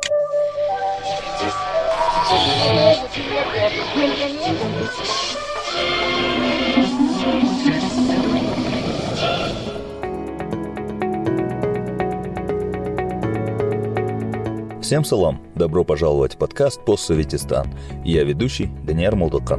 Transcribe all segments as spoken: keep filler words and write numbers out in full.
Всем салам! Добро пожаловать в подкаст «Постсоветистан». Я ведущий Даниил Молдокан.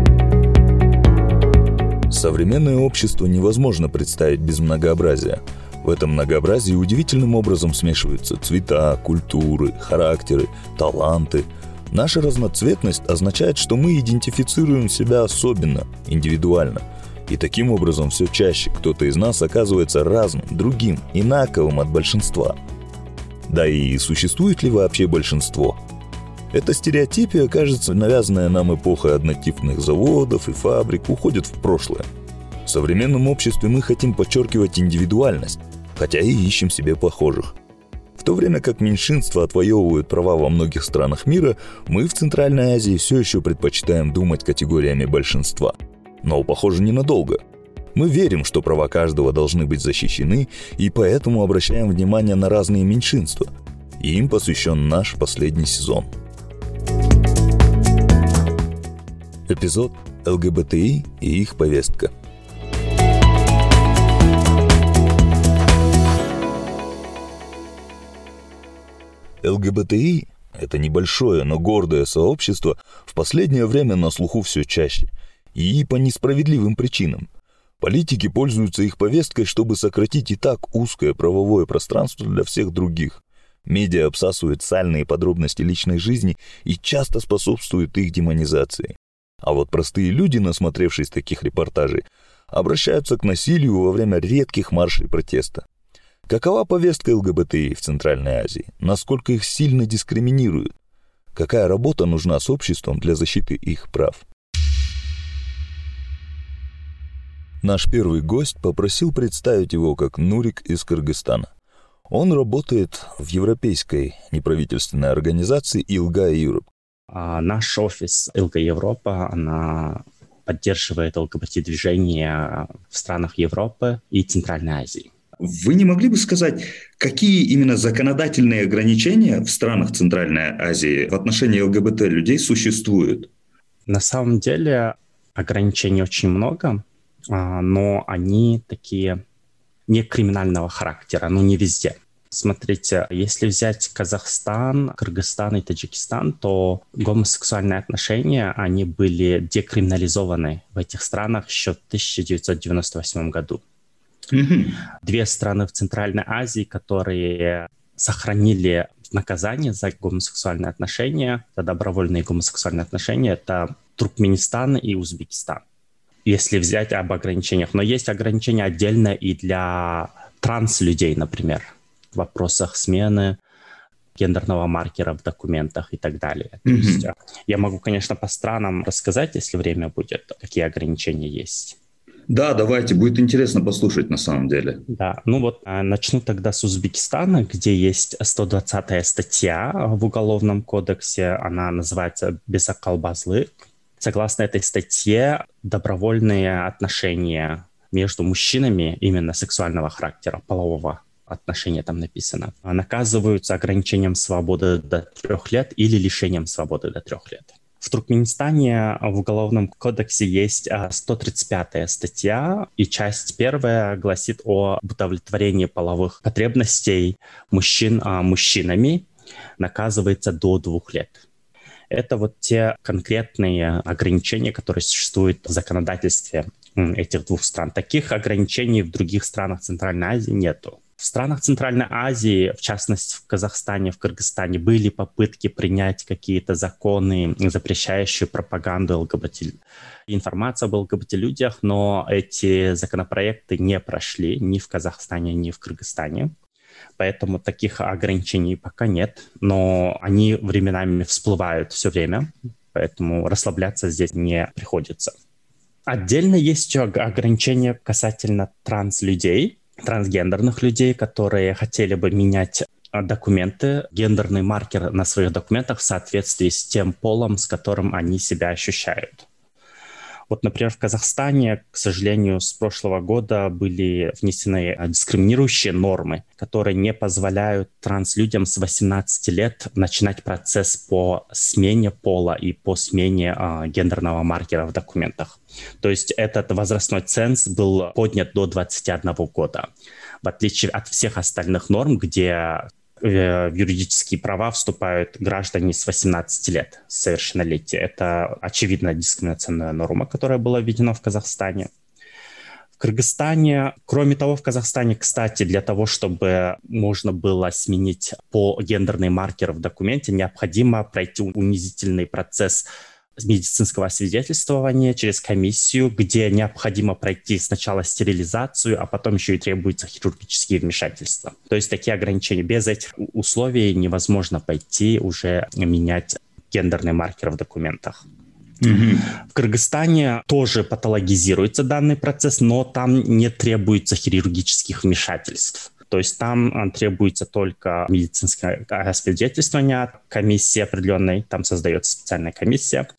Современное общество невозможно представить без многообразия. В этом многообразии удивительным образом смешиваются цвета, культуры, характеры, таланты. Наша разноцветность означает, что мы идентифицируем себя особенно, индивидуально. И таким образом все чаще кто-то из нас оказывается разным, другим, инаковым от большинства. Да и существует ли вообще большинство? Эта стереотипия, кажется, навязанная нам эпохой однотипных заводов и фабрик, уходит в прошлое. В современном обществе мы хотим подчеркивать индивидуальность, хотя и ищем себе похожих. В то время как меньшинства отвоевывают права во многих странах мира, мы в Центральной Азии все еще предпочитаем думать категориями большинства. Но, похоже, ненадолго. Мы верим, что права каждого должны быть защищены, и поэтому обращаем внимание на разные меньшинства. И им посвящен наш последний сезон. Эпизод ЛГБТИ и их повестка. ЛГБТИ – это небольшое, но гордое сообщество, в последнее время на слуху все чаще. И по несправедливым причинам. Политики пользуются их повесткой, чтобы сократить и так узкое правовое пространство для всех других. Медиа обсасывают сальные подробности личной жизни и часто способствуют их демонизации. А вот простые люди, насмотревшись таких репортажей, обращаются к насилию во время редких маршей протеста. Какова повестка ЛГБТИ в Центральной Азии? Насколько их сильно дискриминируют? Какая работа нужна с обществом для защиты их прав? Наш первый гость попросил представить его как Нурик из Кыргызстана. Он работает в европейской неправительственной организации ИЛГА Европ. А наш офис ИЛГА Европа, она поддерживает ЛГБТ-движение в странах Европы и Центральной Азии. Вы не могли бы сказать, какие именно законодательные ограничения в странах Центральной Азии в отношении ЛГБТ людей существуют? На самом деле ограничений очень много. Но они такие не криминального характера, ну не везде. Смотрите, если взять Казахстан, Кыргызстан и Таджикистан, то гомосексуальные отношения, они были декриминализованы в этих странах еще в тысяча девятьсот девяносто восьмом году. Mm-hmm. Две страны в Центральной Азии, которые сохранили наказание за гомосексуальные отношения, за добровольные гомосексуальные отношения, это Туркменистан и Узбекистан. Если взять об ограничениях. Но есть ограничения отдельно и для транс-людей, например, в вопросах смены гендерного маркера в документах и так далее. Mm-hmm. То есть я могу, конечно, по странам рассказать, если время будет, какие ограничения есть. Да, давайте, будет интересно послушать на самом деле. Да, ну вот начну тогда с Узбекистана, где есть сто двадцатая статья в Уголовном кодексе, она называется «Безакалбазлык». Согласно этой статье, добровольные отношения между мужчинами именно сексуального характера, полового отношения там написано, наказываются ограничением свободы до трех лет или лишением свободы до трех лет. В Туркменистане в Уголовном кодексе есть сто тридцать пятая статья, и часть первая гласит о удовлетворении половых потребностей мужчин мужчинами, наказывается до двух лет. Это вот те конкретные ограничения, которые существуют в законодательстве этих двух стран. Таких ограничений в других странах Центральной Азии нету. В странах Центральной Азии, в частности в Казахстане, в Кыргызстане, были попытки принять какие-то законы, запрещающие пропаганду ЛГБТ, информацию об ЛГБТ-людях, но эти законопроекты не прошли ни в Казахстане, ни в Кыргызстане. Поэтому таких ограничений пока нет, но они временами всплывают все время, поэтому расслабляться здесь не приходится. Отдельно есть еще ограничения касательно транс-людей, трансгендерных людей, которые хотели бы менять документы, гендерный маркер на своих документах в соответствии с тем полом, с которым они себя ощущают. Вот, например, в Казахстане, к сожалению, с прошлого года были внесены дискриминирующие нормы, которые не позволяют транслюдям с восемнадцати лет начинать процесс по смене пола и по смене э, гендерного маркера в документах. То есть этот возрастной ценз был поднят до двадцати одного года, в отличие от всех остальных норм, где в юридические права вступают граждане с восемнадцати лет, с совершеннолетия. Это очевидно дискриминационная норма, которая была введена в Казахстане. В Кыргызстане, кроме того, в Казахстане, кстати, для того, чтобы можно было сменить по гендерный маркер в документе, необходимо пройти унизительный процесс медицинского освидетельствования через комиссию, где необходимо пройти сначала стерилизацию, а потом еще и требуются хирургические вмешательства. То есть такие ограничения. Без этих условий невозможно пойти уже менять гендерный маркер в документах. Mm-hmm. В Кыргызстане тоже патологизируется данный процесс, но там не требуется хирургических вмешательств. То есть там требуется только медицинское освидетельствование от комиссии определенной, там создается специальная комиссия.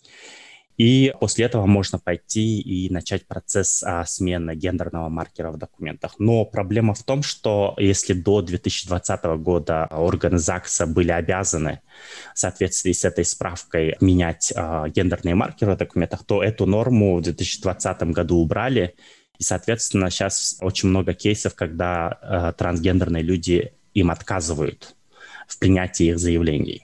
И после этого можно пойти и начать процесс а, смены гендерного маркера в документах. Но проблема в том, что если до две тысячи двадцатого года органы ЗАГСа были обязаны в соответствии с этой справкой менять а, гендерные маркеры в документах, то эту норму в две тысячи двадцатом году убрали. И, соответственно, сейчас очень много кейсов, когда э, трансгендерные люди им отказывают в принятии их заявлений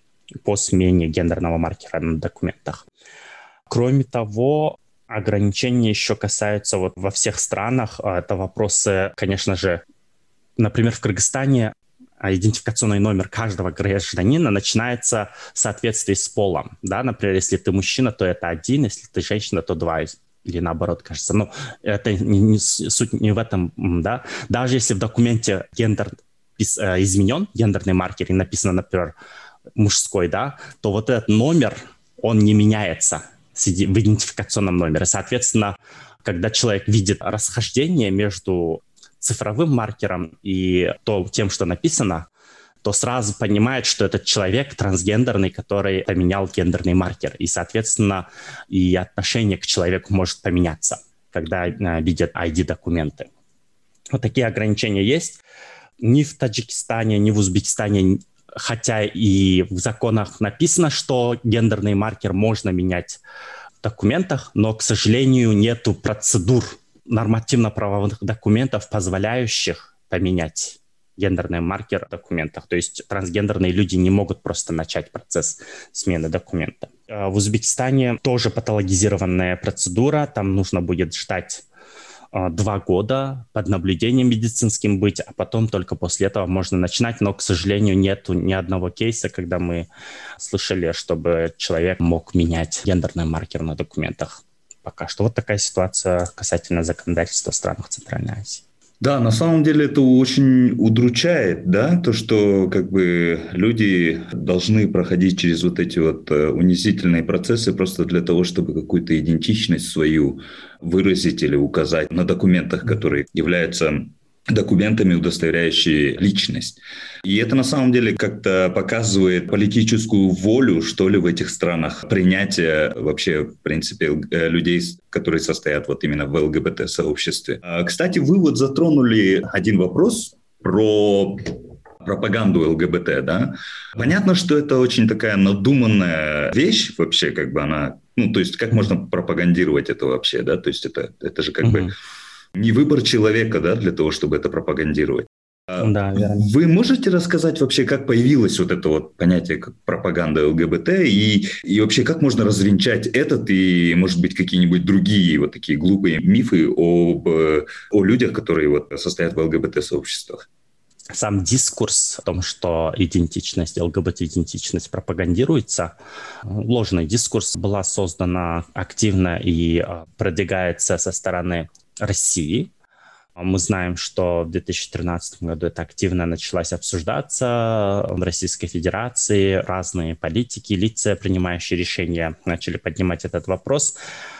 по смене гендерного маркера на документах. Кроме того, ограничения еще касаются вот во всех странах. Это вопросы, конечно же, например, в Кыргызстане идентификационный номер каждого гражданина начинается в соответствии с полом. Да? Например, если ты мужчина, то это один, если ты женщина, то два. Или наоборот, кажется. Но это не, не, суть не в этом, да. Даже если в документе гендер э, изменен, гендерный маркер, и написано, например, мужской, да, то вот этот номер, он не меняется в идентификационном номере. Соответственно, когда человек видит расхождение между цифровым маркером и то, тем, что написано, то сразу понимает, что этот человек трансгендерный, который поменял гендерный маркер. И, соответственно, и отношение к человеку может поменяться, когда э, видят ай ди-документы. Вот такие ограничения есть. Ни в Таджикистане, ни в Узбекистане, хотя и в законах написано, что гендерный маркер можно менять в документах, но, к сожалению, нету процедур нормативно-правовых документов, позволяющих поменять гендерный маркер в документах. То есть трансгендерные люди не могут просто начать процесс смены документа. В Узбекистане тоже патологизированная процедура. Там нужно будет ждать э, два года под наблюдением медицинским быть, а потом только после этого можно начинать. Но, к сожалению, нету ни одного кейса, когда мы слышали, чтобы человек мог менять гендерный маркер на документах. Пока что вот такая ситуация касательно законодательства в странах Центральной Азии. Да, на самом деле это очень удручает, да, то, что как бы люди должны проходить через вот эти вот унизительные процессы просто для того, чтобы какую-то идентичность свою выразить или указать на документах, которые являются документами, удостоверяющие личность. И это на самом деле как-то показывает политическую волю, что ли, в этих странах, принятие вообще, в принципе, людей, которые состоят вот именно в эл гэ бэ тэ-сообществе. Кстати, вы вот затронули один вопрос про пропаганду эл гэ бэ тэ, да? Понятно, что это очень такая надуманная вещь вообще, как бы она, ну, то есть как можно пропагандировать это вообще, да? То есть это, это же как mm-hmm. бы не выбор человека, да, для того, чтобы это пропагандировать. Да, верно. Вы можете рассказать вообще, как появилось вот это вот понятие как пропаганда эл гэ бэ тэ и, и вообще как можно развенчать этот и, может быть, какие-нибудь другие вот такие глупые мифы об, о людях, которые вот состоят в эл гэ бэ тэ-сообществах? Сам дискурс о том, что идентичность, эл гэ бэ тэ-идентичность пропагандируется, ложный дискурс, была создана активно и продвигается со стороны России. Мы знаем, что в две тысячи тринадцатом году это активно началось обсуждаться в Российской Федерации. Разные политики, лица, принимающие решения, начали поднимать этот вопрос.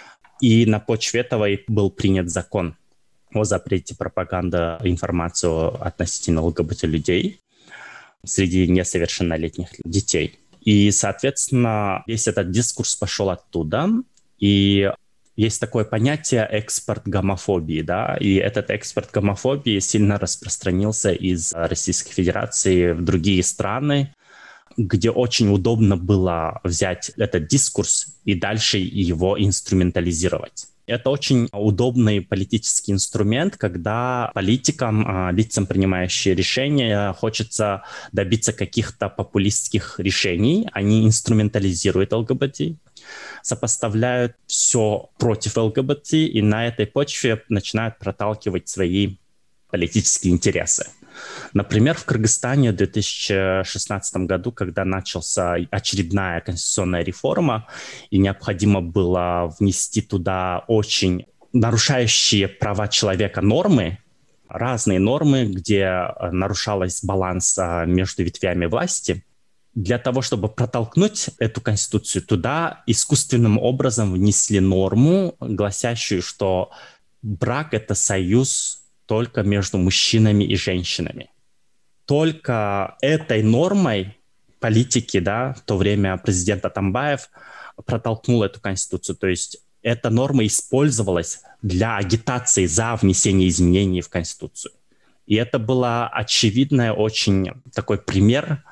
И на почве этого и был принят закон о запрете пропаганды информации относительно эл гэ бэ тэ людей среди несовершеннолетних детей. И, соответственно, весь этот дискурс пошел оттуда. И Есть такое понятие экспорт гомофобии, да, и этот экспорт гомофобии сильно распространился из Российской Федерации в другие страны, где очень удобно было взять этот дискурс и дальше его инструментализировать. Это очень удобный политический инструмент, когда политикам, лицам, принимающим решения, хочется добиться каких-то популистских решений. Они инструментализируют ЛГБТ, сопоставляют все против ЛГБТ и на этой почве начинают проталкивать свои политические интересы. Например, в Кыргызстане в две тысячи шестнадцатом году, когда началась очередная конституционная реформа, и необходимо было внести туда очень нарушающие права человека нормы, разные нормы, где нарушалась баланс между ветвями власти, для того, чтобы протолкнуть эту конституцию туда, искусственным образом внесли норму, гласящую, что брак — это союз только между мужчинами и женщинами. Только этой нормой политики, да, в то время президент Атамбаев протолкнул эту конституцию. То есть эта норма использовалась для агитации за внесение изменений в конституцию. И это был очевидный очень такой пример,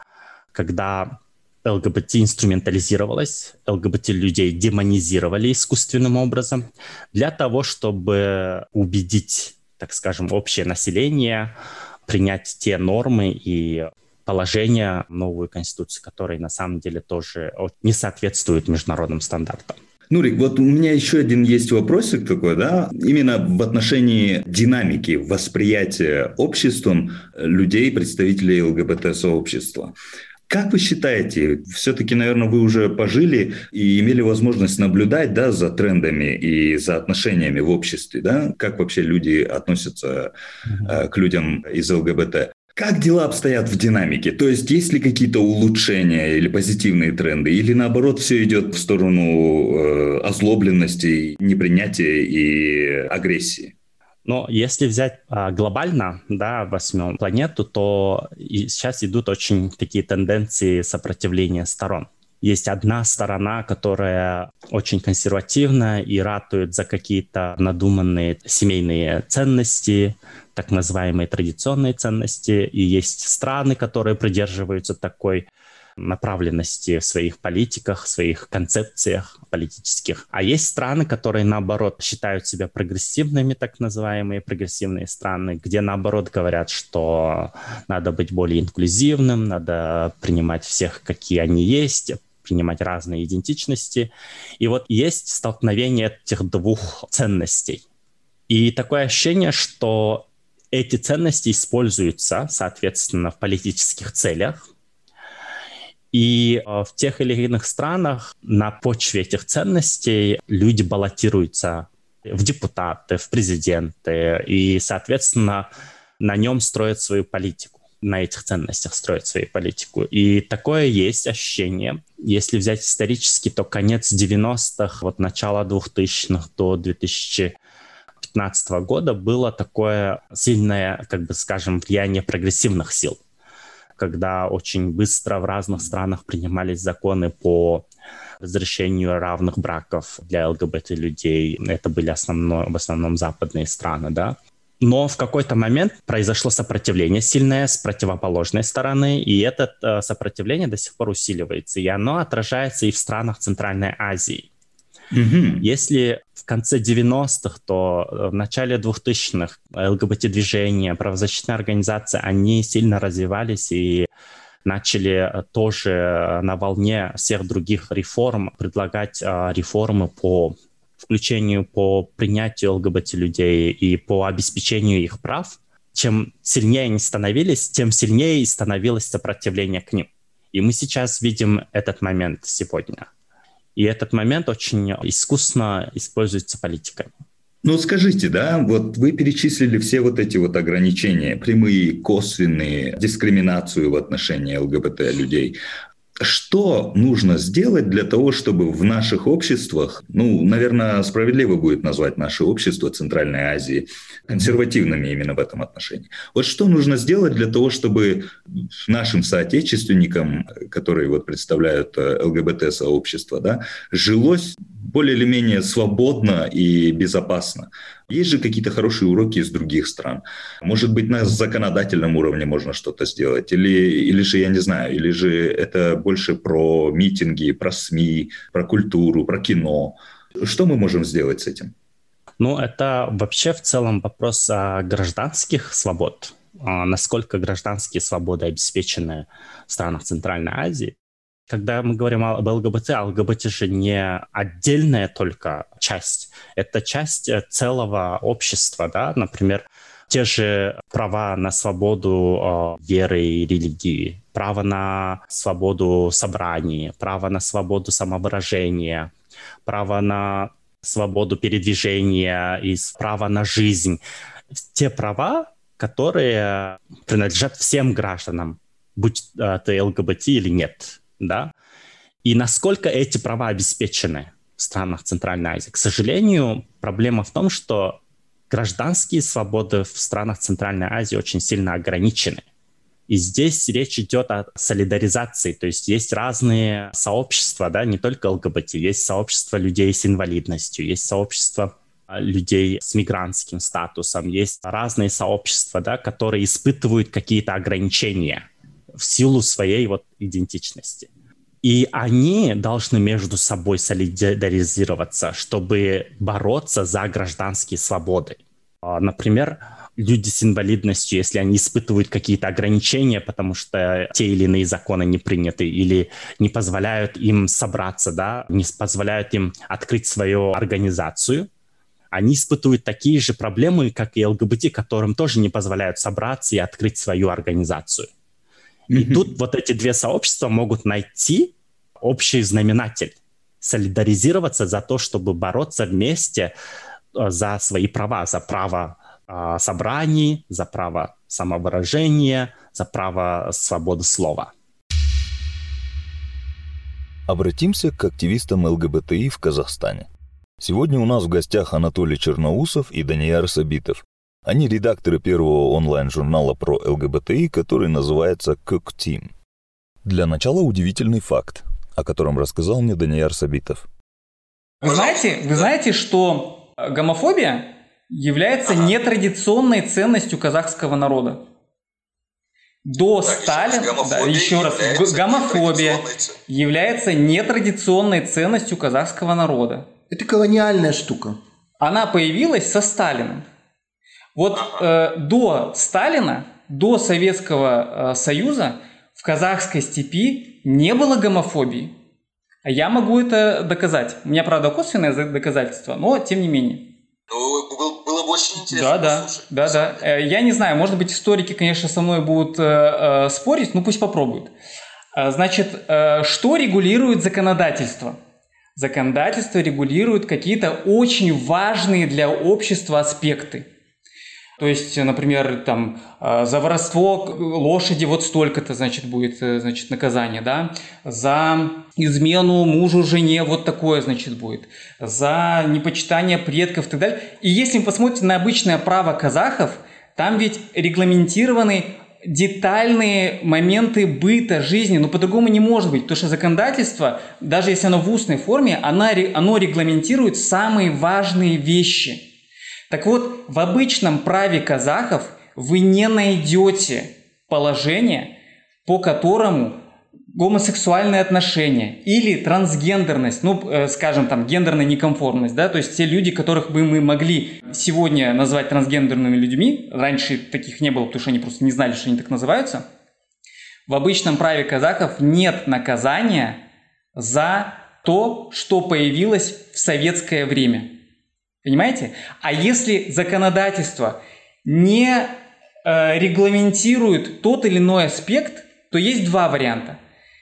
когда ЛГБТ инструментализировалась, ЛГБТ-людей демонизировали искусственным образом для того, чтобы убедить, так скажем, общее население принять те нормы и положения в новую конституцию, которые на самом деле тоже не соответствуют международным стандартам. Нурик, вот у меня еще один есть вопросик такой, да, именно в отношении динамики восприятия обществом людей, представителей ЛГБТ-сообщества. Как вы считаете, все-таки, наверное, вы уже пожили и имели возможность наблюдать, да, за трендами и за отношениями в обществе, да? Как вообще люди относятся э, к людям из ЛГБТ? Как дела обстоят в динамике? То есть есть ли какие-то улучшения или позитивные тренды? Или наоборот все идет в сторону э, озлобленности, непринятия и агрессии? Но если взять а, глобально, да, возьмем планету, то и сейчас идут очень такие тенденции сопротивления сторон. Есть одна сторона, которая очень консервативна и ратует за какие-то надуманные семейные ценности, так называемые традиционные ценности. И есть страны, которые придерживаются такой направленности в своих политиках, в своих концепциях политических. А есть страны, которые, наоборот, считают себя прогрессивными, так называемые прогрессивные страны, где, наоборот, говорят, что надо быть более инклюзивным, надо принимать всех, какие они есть, принимать разные идентичности. И вот есть столкновение этих двух ценностей. И такое ощущение, что эти ценности используются, соответственно, в политических целях. И в тех или иных странах на почве этих ценностей люди баллотируются в депутаты, в президенты, и, соответственно, на нем строят свою политику, на этих ценностях строят свою политику. И такое есть ощущение. Если взять исторически, то конец девяностых, вот начало двухтысячных до две тысячи пятнадцатого года было такое сильное, как бы скажем, влияние прогрессивных сил, когда очень быстро в разных странах принимались законы по разрешению равных браков для ЛГБТ-людей. Это были основно, в основном западные страны, да. Но в какой-то момент произошло сопротивление сильное с противоположной стороны, и это э, сопротивление до сих пор усиливается, и оно отражается и в странах Центральной Азии. Mm-hmm. Если в конце девяностых, то в начале двухтысячных ЛГБТ-движения, правозащитные организации, они сильно развивались и начали тоже на волне всех других реформ предлагать а, реформы по включению, по принятию ЛГБТ-людей и по обеспечению их прав. Чем сильнее они становились, тем сильнее и становилось сопротивление к ним. И мы сейчас видим этот момент сегодня. И этот момент очень искусно используется политиками. Ну, скажите, да, вот вы перечислили все вот эти вот ограничения, прямые, косвенные, дискриминацию в отношении ЛГБТ-людей. Что нужно сделать для того, чтобы в наших обществах, ну, наверное, справедливо будет назвать наше общество Центральной Азии консервативными именно в этом отношении. Вот что нужно сделать для того, чтобы нашим соотечественникам, которые вот представляют ЛГБТ-сообщество, да, жилось более или менее свободно и безопасно. Есть же какие-то хорошие уроки из других стран. Может быть, на законодательном уровне можно что-то сделать. Или, или же, я не знаю, или же это больше про митинги, про СМИ, про культуру, про кино. Что мы можем сделать с этим? Ну, это вообще в целом вопрос о гражданских свобод. Насколько гражданские свободы обеспечены в странах Центральной Азии. Когда мы говорим об ЛГБТ, ЛГБТ же не отдельная только часть, это часть целого общества, да, например, те же права на свободу э, веры и религии, право на свободу собраний, право на свободу самовыражения, право на свободу передвижения и право на жизнь. Те права, которые принадлежат всем гражданам, будь ты ЛГБТ или нет. Да? И насколько эти права обеспечены в странах Центральной Азии? К сожалению, проблема в том, что гражданские свободы в странах Центральной Азии очень сильно ограничены. И здесь речь идет о солидаризации, то есть есть разные сообщества, да, не только ЛГБТ, есть сообщество людей с инвалидностью, есть сообщество людей с мигрантским статусом, есть разные сообщества, да, которые испытывают какие-то ограничения в силу своей вот идентичности. И они должны между собой солидаризироваться, чтобы бороться за гражданские свободы. Например, люди с инвалидностью, если они испытывают какие-то ограничения, потому что те или иные законы не приняты или не позволяют им собраться, да, не позволяют им открыть свою организацию, они испытывают такие же проблемы, как и ЛГБТ, которым тоже не позволяют собраться и открыть свою организацию. И mm-hmm. тут вот эти две сообщества могут найти общий знаменатель, солидаризироваться за то, чтобы бороться вместе за свои права, за право э, собраний, за право самовыражения, за право свободы слова. Обратимся к активистам ЛГБТИ в Казахстане. Сегодня у нас в гостях Анатолий Черноусов и Данияр Сабитов. Они редакторы первого онлайн-журнала про ЛГБТИ, который называется «Кок-Тим». Для начала удивительный факт, о котором рассказал мне Данияр Сабитов. Вы знаете, вы знаете, что гомофобия является ага. нетрадиционной ценностью казахского народа. До так, Сталина, еще раз, да, еще раз гомофобия является нетрадиционной ценностью казахского народа. Это колониальная штука. Она появилась со Сталиным. Вот ага. э, до Сталина, до Советского э, Союза в казахской степи не было гомофобии. А я могу это доказать. У меня, правда, косвенное доказательство, но тем не менее. Ну, было, было бы очень интересно да, послушать. Да, да, да. Я не знаю, может быть, историки, конечно, со мной будут э, э, спорить, ну пусть попробуют. Значит, э, что регулирует законодательство? Законодательство регулирует какие-то очень важные для общества аспекты. То есть, например, там, за воровство лошади вот столько-то, значит, будет, значит, наказание, да? За измену мужу, жене вот такое, значит, будет. За непочитание предков и так далее. И если вы посмотрите на обычное право казахов, там ведь регламентированы детальные моменты быта, жизни, но по-другому не может быть, потому что законодательство, даже если оно в устной форме, оно, оно регламентирует самые важные вещи. Так вот, в обычном праве казахов вы не найдете положения, по которому гомосексуальные отношения или трансгендерность, ну, э, скажем, там, гендерная неконформность, да, то есть те люди, которых бы мы могли сегодня назвать трансгендерными людьми, раньше таких не было, потому что они просто не знали, что они так называются, в обычном праве казахов нет наказания за то, что появилось в советское время. Понимаете? А если законодательство не э, регламентирует тот или иной аспект, то есть два варианта.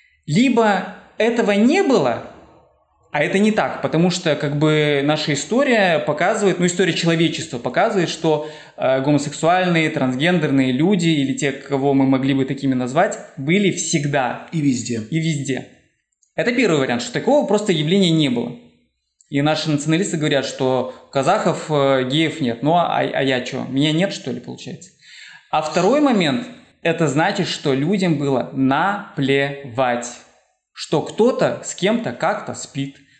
Либо этого не было, а это не так, потому что как бы наша история показывает, ну история человечества показывает, что э, гомосексуальные, трансгендерные люди или те, кого мы могли бы такими назвать, были всегда. И везде. И везде. Это первый вариант, что такого просто явления не было. И наши националисты говорят, что казахов, геев нет. Ну а, а я что? Меня нет, что ли, получается? А второй момент, это значит, что людям было наплевать, что кто-то с кем-то как-то спит,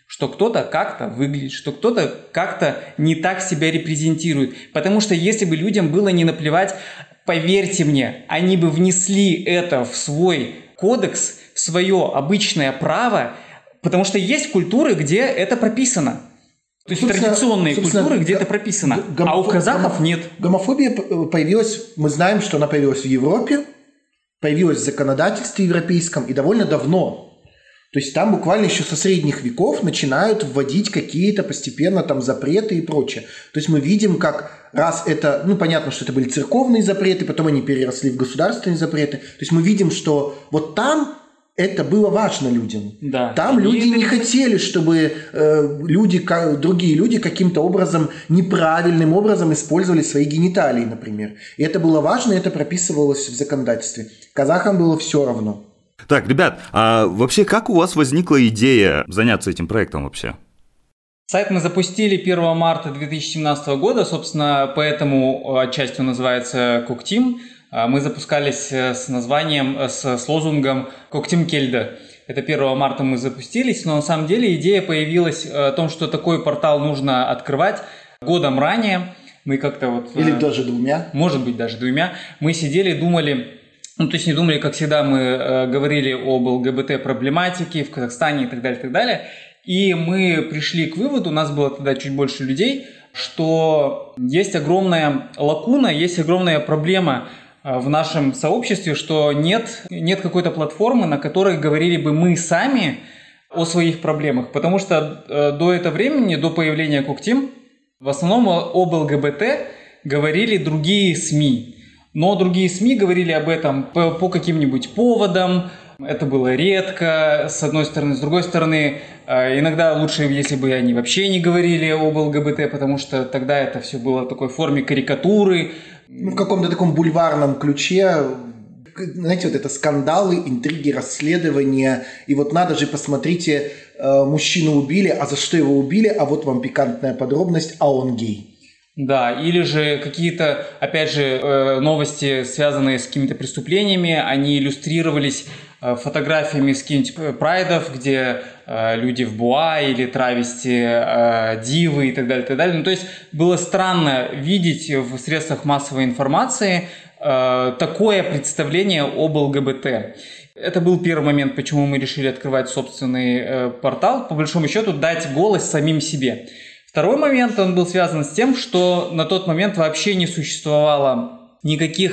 что кто-то как-то выглядит, что кто-то как-то не так себя репрезентирует. Потому что если бы людям было не наплевать, поверьте мне, они бы внесли это в свой кодекс, в свое обычное право, потому что есть культуры, где это прописано. То есть собственно, традиционные собственно, культуры, где г- это прописано, гомофоб... а у казахов гомоф... нет. Гомофобия появилась, мы знаем, что она появилась в Европе, появилась в законодательстве европейском и довольно давно. То есть там буквально еще со средних веков начинают вводить какие-то постепенно там запреты и прочее. То есть мы видим, как раз это, ну понятно, что это были церковные запреты, потом они переросли в государственные запреты. То есть мы видим, что вот там это было важно людям. Да. Там и люди не хотели, чтобы э, люди, как, другие люди каким-то образом, неправильным образом использовали свои гениталии, например. И это было важно, и это прописывалось в законодательстве. Казахам было все равно. Так, ребят, а вообще как у вас возникла идея заняться этим проектом вообще? Сайт мы запустили первого марта две тысячи семнадцатого года, собственно, поэтому отчасти он называется Коктим. Мы запускались с названием, с, с лозунгом «Коктим Кельда». Это первого марта мы запустились, но на самом деле идея появилась о том, что такой портал нужно открывать годом ранее. Мы как-то вот... Или даже двумя. Может быть, даже двумя. Мы сидели, думали... Ну, то есть не думали, как всегда, мы э, говорили об ЛГБТ-проблематике в Казахстане и так далее, и так далее. И мы пришли к выводу, у нас было тогда чуть больше людей, что есть огромная лакуна, есть огромная проблема э, в нашем сообществе, что нет, нет какой-то платформы, на которой говорили бы мы сами о своих проблемах. Потому что э, до этого времени, до появления Коктим, в основном об ЛГБТ говорили другие СМИ. Но другие СМИ говорили об этом по, по каким-нибудь поводам, это было редко, с одной стороны. С другой стороны, иногда лучше, если бы они вообще не говорили об ЛГБТ, потому что тогда это все было в такой форме карикатуры. Ну, в каком-то таком бульварном ключе, знаете, вот это скандалы, интриги, расследования. И вот надо же, посмотрите, мужчину убили, а за что его убили, а вот вам пикантная подробность, а он гей. Да, или же какие-то, опять же, новости, связанные с какими-то преступлениями, они иллюстрировались фотографиями с каких-нибудь прайдов, где люди в буа или травести, дивы и так далее, и так далее. Ну, то есть было странно видеть в средствах массовой информации такое представление об ЛГБТ. Это был первый момент, почему мы решили открывать собственный портал, по большому счету дать голос самим себе. Второй момент, он был связан с тем, что на тот момент вообще не существовало никаких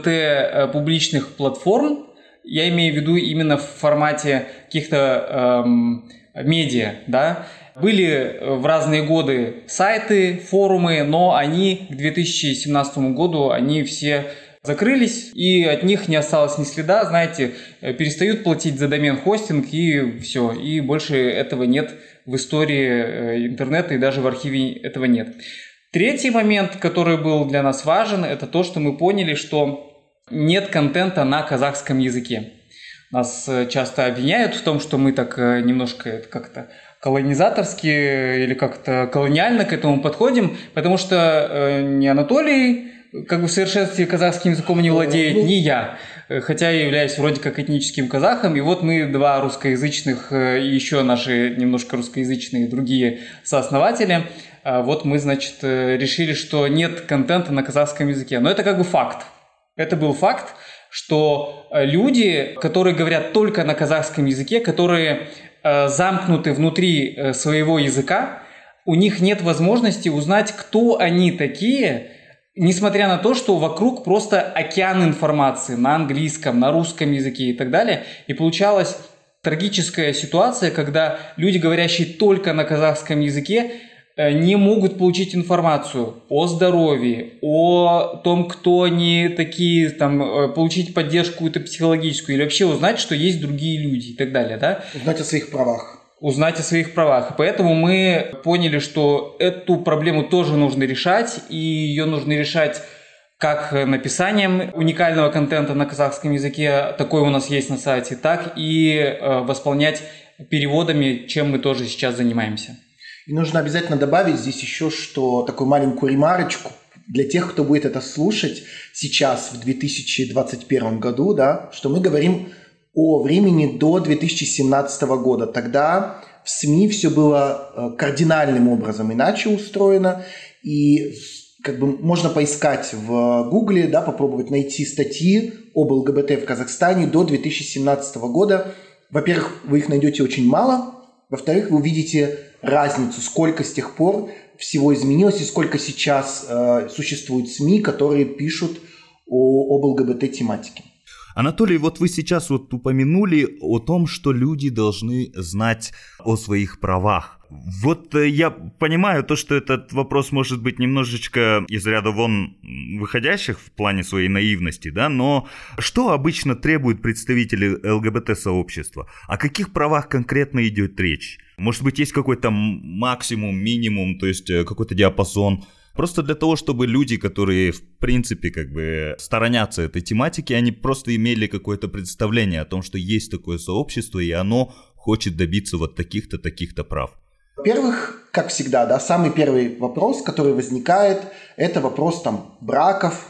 ЛГБТ публичных платформ. Я имею в виду именно в формате каких-то эм, медиа, да. Были в разные годы сайты, форумы, но они к две тысячи семнадцатому году, они все закрылись, и от них не осталось ни следа. Знаете, перестают платить за домен-хостинг, и все, и больше этого нет в истории интернета, и даже в архиве этого нет. Третий момент, который был для нас важен, это то, что мы поняли, что нет контента на казахском языке. Нас часто обвиняют в том, что мы так немножко как-то колонизаторски или как-то колониально к этому подходим, потому что ни Анатолий как бы в совершенстве казахским языком не владеет, ни я, хотя я являюсь вроде как этническим казахом, и вот мы два русскоязычных и еще наши немножко русскоязычные другие сооснователи, вот мы, значит, решили, что нет контента на казахском языке. Но это как бы факт. Это был факт, что люди, которые говорят только на казахском языке, которые замкнуты внутри своего языка, у них нет возможности узнать, кто они такие, несмотря на то, что вокруг просто океан информации на английском, на русском языке и так далее. И получалась трагическая ситуация, когда люди, говорящие только на казахском языке, не могут получить информацию о здоровье, о том, кто они такие, там, получить поддержку какую-то психологическую или вообще узнать, что есть другие люди и так далее. Да? Узнать о своих правах. Узнать о своих правах. Поэтому мы поняли, что эту проблему тоже нужно решать, и ее нужно решать как написанием уникального контента на казахском языке, такой у нас есть на сайте, так и восполнять переводами, чем мы тоже сейчас занимаемся. И нужно обязательно добавить здесь еще, что такую маленькую ремарочку для тех, кто будет это слушать сейчас, в две тысячи двадцать первом году, да, что мы говорим о времени до две тысячи семнадцатого года. Тогда в СМИ все было кардинальным образом иначе устроено. И как бы можно поискать в Гугле, да, попробовать найти статьи об ЛГБТ в Казахстане до две тысячи семнадцатого года. Во-первых, вы их найдете очень мало. Во-вторых, вы увидите разницу, сколько с тех пор всего изменилось и сколько сейчас э, существует СМИ, которые пишут о, об ЛГБТ-тематике. Анатолий, вот вы сейчас вот упомянули о том, что люди должны знать о своих правах. Вот я понимаю то, что этот вопрос может быть немножечко из ряда вон выходящих в плане своей наивности, да, но что обычно требуют представители ЛГБТ-сообщества? О каких правах конкретно идет речь? Может быть, есть какой-то максимум, минимум, то есть какой-то диапазон? Просто для того, чтобы люди, которые, в принципе, как бы сторонятся этой тематики, они просто имели какое-то представление о том, что есть такое сообщество, и оно хочет добиться вот таких-то, таких-то прав. Во-первых, как всегда, да, самый первый вопрос, который возникает, это вопрос там браков,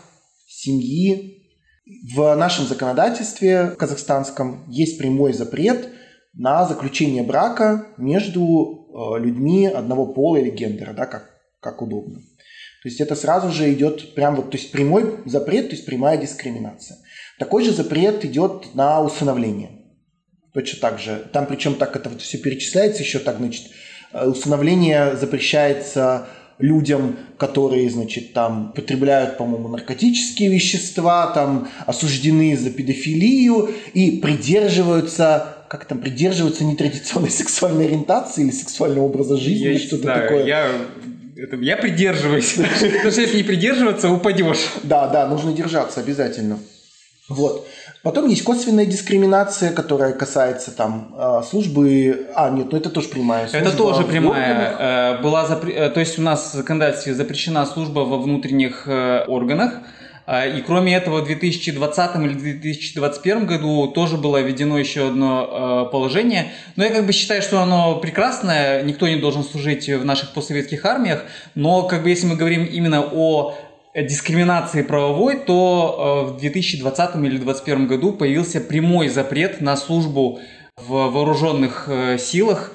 семьи. В нашем законодательстве, в казахстанском, есть прямой запрет на заключение брака между э, людьми одного пола или гендера, да, как, как удобно. То есть это сразу же идет прям вот, то есть прямой запрет, то есть прямая дискриминация. Такой же запрет идет на усыновление. Точно так же. Там причем так это вот все перечисляется еще так, значит, усыновление запрещается людям, которые, значит, там потребляют, по-моему, наркотические вещества, там осуждены за педофилию и придерживаются, как там, придерживаются нетрадиционной сексуальной ориентации или сексуального образа жизни, я, или что-то да, такое. Я, это, я придерживаюсь, потому что если не придерживаться, упадешь. Да, да, нужно держаться обязательно. Вот. Потом есть косвенная дискриминация, которая касается там службы... А, нет, ну это тоже прямая служба. Это тоже прямая. Была запр... То есть у нас в законодательстве запрещена служба во внутренних органах. И кроме этого в две тысячи двадцатом или две тысячи двадцать первом году тоже было введено еще одно положение. Но я как бы считаю, что оно прекрасное. Никто не должен служить в наших постсоветских армиях. Но как бы если мы говорим именно о дискриминации правовой, то в две тысячи двадцатом или две тысячи двадцать первом году появился прямой запрет на службу в вооруженных силах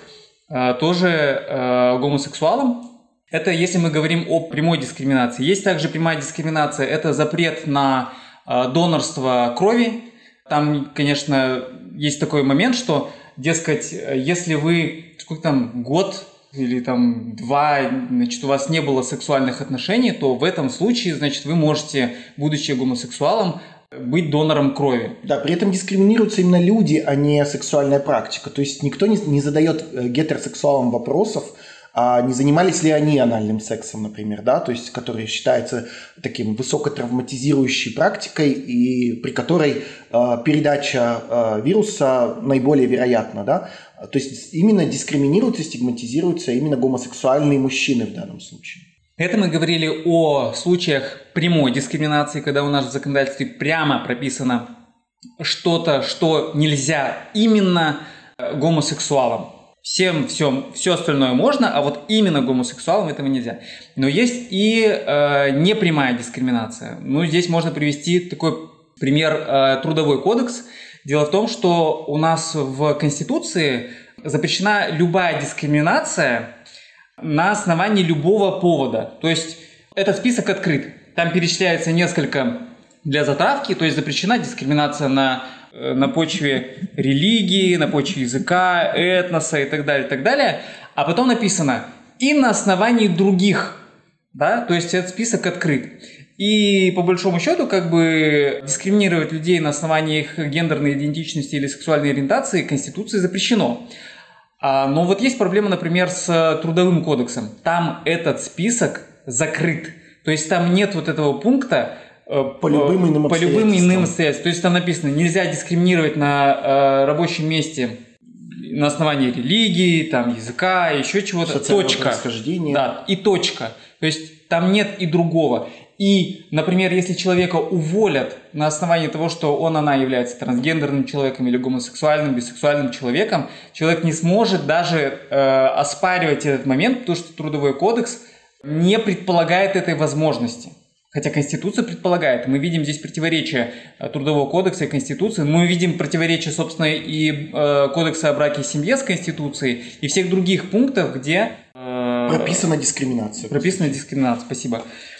тоже гомосексуалам. Это если мы говорим о прямой дискриминации. Есть также прямая дискриминация, это запрет на донорство крови. Там, конечно, есть такой момент, что, дескать, если вы сколько там, год или там два, значит, у вас не было сексуальных отношений, то в этом случае, значит, вы можете, будучи гомосексуалом, быть донором крови. Да, при этом дискриминируются именно люди, а не сексуальная практика. То есть никто не, не задает гетеросексуалам вопросов, а не занимались ли они анальным сексом, например, да, то есть который считается таким высокотравматизирующей практикой и при которой э, передача э, вируса наиболее вероятна, да. То есть именно дискриминируются, стигматизируются именно гомосексуальные мужчины в данном случае. Это мы говорили о случаях прямой дискриминации, когда у нас в законодательстве прямо прописано что-то, что нельзя именно гомосексуалам. Всем все, все остальное можно, а вот именно гомосексуалам этого нельзя. Но есть и э, непрямая дискриминация. Ну, здесь можно привести такой пример, э, Трудовой кодекс. Дело в том, что у нас в Конституции запрещена любая дискриминация на основании любого повода. То есть этот список открыт. Там перечисляется несколько для затравки, то есть запрещена дискриминация на, на почве религии, на почве языка, этноса и так далее, и так далее. А потом написано «и на основании других». Да? То есть этот список открыт. И по большому счету, как бы дискриминировать людей на основании их гендерной идентичности или сексуальной ориентации Конституцией запрещено. А, но вот есть проблема, например, с Трудовым кодексом. Там этот список закрыт. То есть там нет вот этого пункта по любым иным по любым иным обстоятельствам. То есть там написано, нельзя дискриминировать на э, рабочем месте на основании религии, там, языка, еще чего-то. Точка. Да, и точка. То есть там нет и другого. И, например, если человека уволят на основании того, что он, она является трансгендерным человеком или гомосексуальным, бисексуальным человеком, человек не сможет даже э, оспаривать этот момент, потому что Трудовой кодекс не предполагает этой возможности. Хотя Конституция предполагает, мы видим здесь противоречие Трудового кодекса и Конституции, мы видим противоречие, собственно, и э, Кодекса о браке и семье с Конституцией, и всех других пунктов, где... Э, прописана дискриминация. Прописана дискриминация, спасибо.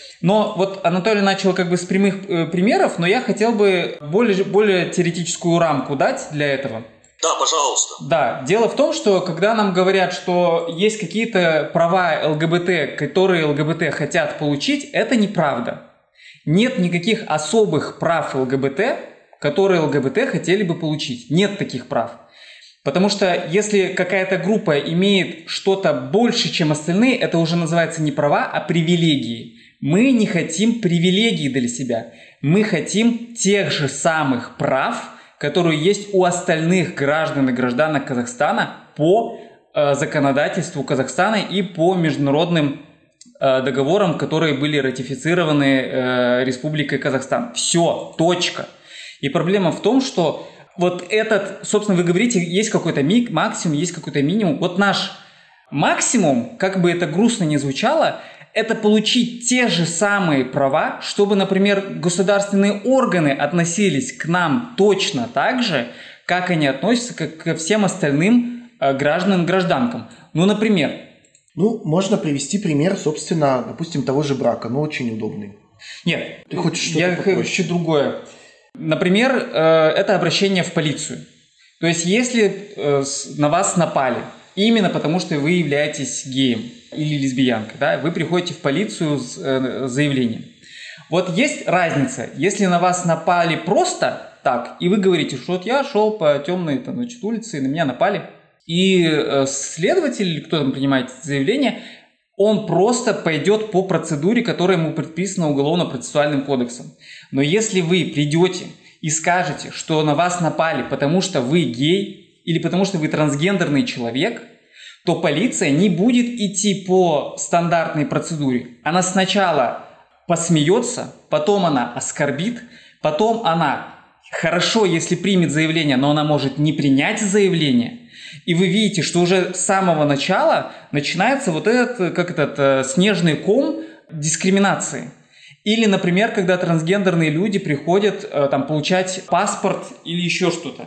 Но вот Анатолий начал как бы с прямых э, примеров, но я хотел бы более, более теоретическую рамку дать для этого. Да, пожалуйста. Да, дело в том, что когда нам говорят, что есть какие-то права ЛГБТ, которые ЛГБТ хотят получить, это неправда. Нет никаких особых прав ЛГБТ, которые ЛГБТ хотели бы получить. Нет таких прав. Потому что если какая-то группа имеет что-то больше, чем остальные, это уже называется не права, а привилегии. Мы не хотим привилегий для себя. Мы хотим тех же самых прав, которые есть у остальных граждан и гражданок Казахстана по э, законодательству Казахстана и по международным э, договорам, которые были ратифицированы э, Республикой Казахстан. Все, точка. И проблема в том, что вот этот, собственно, вы говорите, есть какой-то ми- максимум, есть какой-то минимум. Вот наш максимум, как бы это грустно ни звучало, это получить те же самые права, чтобы, например, государственные органы относились к нам точно так же, как они относятся к, ко всем остальным э, гражданам и гражданкам. Ну, например... Ну, можно привести пример, собственно, допустим, того же брака, но очень удобный. Нет, ты хочешь что-то я хочу другое. Например, э, это обращение в полицию. То есть, если э, на вас напали, именно потому что вы являетесь геем или лесбиянкой, да, вы приходите в полицию с э, заявлением. Вот есть разница, если на вас напали просто так, и вы говорите, что вот я шел по темной там, значит, улице, и на меня напали, и э, следователь, кто там принимает заявление, он просто пойдет по процедуре, которая ему предписана Уголовно-процессуальным кодексом. Но если вы придете и скажете, что на вас напали, потому что вы гей или потому что вы трансгендерный человек, то полиция не будет идти по стандартной процедуре. Она сначала посмеется, потом она оскорбит, потом она хорошо, если примет заявление, но она может не принять заявление. И вы видите, что уже с самого начала начинается вот этот, как этот снежный ком дискриминации. Или, например, когда трансгендерные люди приходят там, получать паспорт или еще что-то.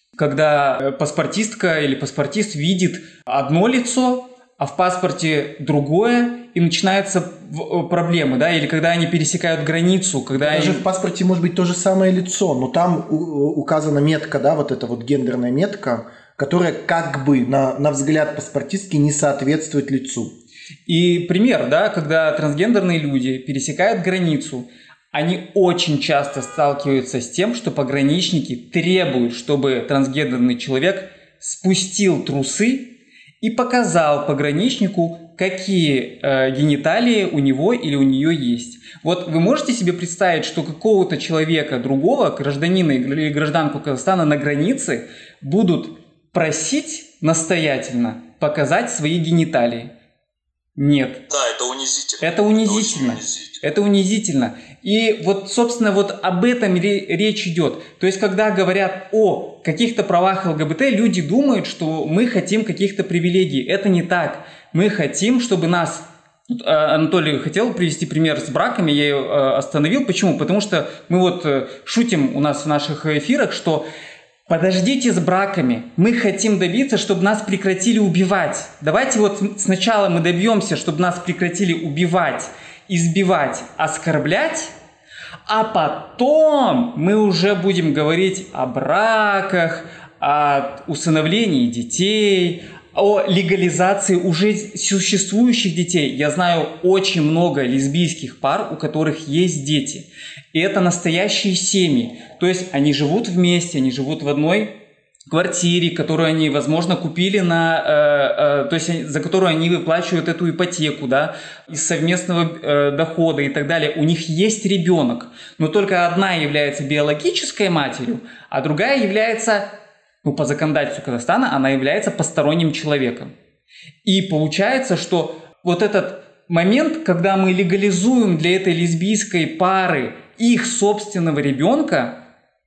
Когда паспортистка или паспортист видит одно лицо, а в паспорте другое, и начинаются проблемы, да, или когда они пересекают границу, когда Даже они... в паспорте может быть то же самое лицо, но там указана метка, да, вот эта вот гендерная метка, которая как бы на, на взгляд паспортистки не соответствует лицу. И пример, да, когда трансгендерные люди пересекают границу, они очень часто сталкиваются с тем, что пограничники требуют, чтобы трансгендерный человек спустил трусы и показал пограничнику, какие э, гениталии у него или у нее есть. Вот вы можете себе представить, что какого-то человека другого, гражданина или гражданку Казахстана на границе будут просить настоятельно показать свои гениталии? Нет. Да, это унизительно. Это унизительно. Это унизительно. Это унизительно. И вот, собственно, вот об этом речь идет. То есть, когда говорят о каких-то правах ЛГБТ, люди думают, что мы хотим каких-то привилегий. Это не так. Мы хотим, чтобы нас... Анатолий хотел привести пример с браками, я ее остановил. Почему? Потому что мы вот шутим у нас в наших эфирах, что подождите с браками. Мы хотим добиться, чтобы нас прекратили убивать. Давайте вот сначала мы добьемся, чтобы нас прекратили убивать, избивать, оскорблять, а потом мы уже будем говорить о браках, о усыновлении детей, о легализации уже существующих детей. Я знаю очень много лесбийских пар, у которых есть дети. И это настоящие семьи. То есть они живут вместе, они живут в одной квартире, которую они, возможно, купили на, э, э, то есть за которую они выплачивают эту ипотеку, да, из совместного э, дохода и так далее. У них есть ребенок, но только одна является биологической матерью, а другая является, ну, по законодательству Казахстана, она является посторонним человеком. И получается, что вот этот момент, когда мы легализуем для этой лесбийской пары их собственного ребенка,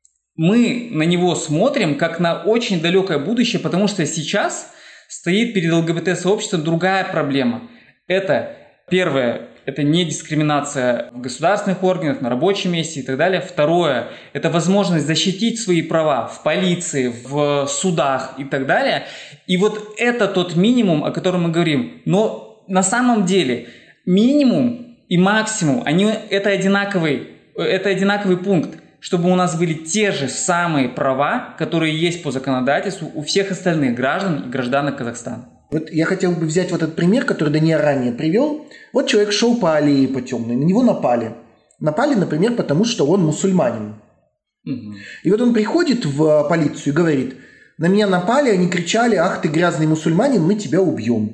мы на него смотрим как на очень далекое будущее, потому что сейчас стоит перед ЛГБТ-сообществом другая проблема. Это, первое, это не дискриминация в государственных органах, на рабочем месте и так далее. Второе – это возможность защитить свои права в полиции, в судах и так далее. И вот это тот минимум, о котором мы говорим. Но на самом деле минимум и максимум, они, это, одинаковый, это одинаковый пункт, чтобы у нас были те же самые права, которые есть по законодательству у всех остальных граждан и гражданок Казахстана. Вот я хотел бы взять вот этот пример, который Даниил ранее привел. Вот человек шел по аллее по темной, на него напали. Напали, например, потому что он мусульманин. Угу. И вот он приходит в полицию и говорит: на меня напали, они кричали: ах ты грязный мусульманин, мы тебя убьем.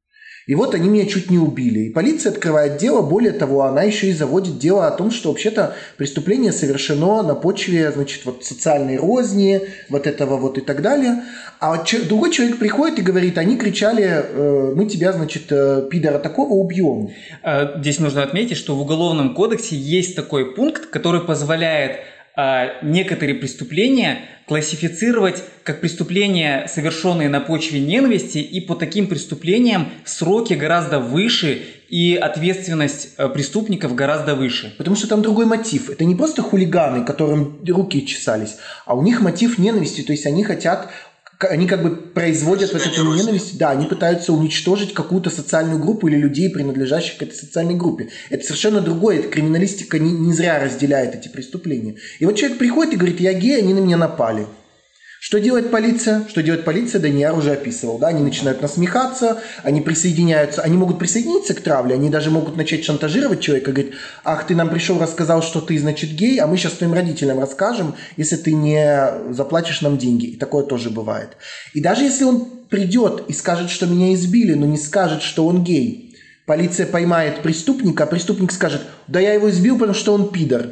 И вот они меня чуть не убили. И полиция открывает дело. Более того, она еще и заводит дело о том, что вообще-то преступление совершено на почве, значит, вот социальной розни, вот этого вот и так далее. А другой человек приходит и говорит: они кричали: мы тебя, значит, пидора такого убьем. Здесь нужно отметить, что в Уголовном кодексе есть такой пункт, который позволяет некоторые преступления классифицировать как преступления, совершенные на почве ненависти, и по таким преступлениям сроки гораздо выше и ответственность преступников гораздо выше. Потому что там другой мотив. Это не просто хулиганы, которым руки чесались, а у них мотив ненависти, то есть они хотят... Они как бы производят вот эту ненависть, да, они пытаются уничтожить какую-то социальную группу или людей, принадлежащих к этой социальной группе. Это совершенно другое, это криминалистика не, не зря разделяет эти преступления. И вот человек приходит и говорит: я гей, они на меня напали. Что делает полиция? Что делает полиция, Данияр уже описывал. Да? Они начинают насмехаться, они присоединяются, они могут присоединиться к травле, они даже могут начать шантажировать человека, говорить: ах, ты нам пришел, рассказал, что ты, значит, гей, а мы сейчас твоим родителям расскажем, если ты не заплатишь нам деньги. И такое тоже бывает. И даже если он придет и скажет, что меня избили, но не скажет, что он гей, полиция поймает преступника, а преступник скажет: да я его избил, потому что он пидор.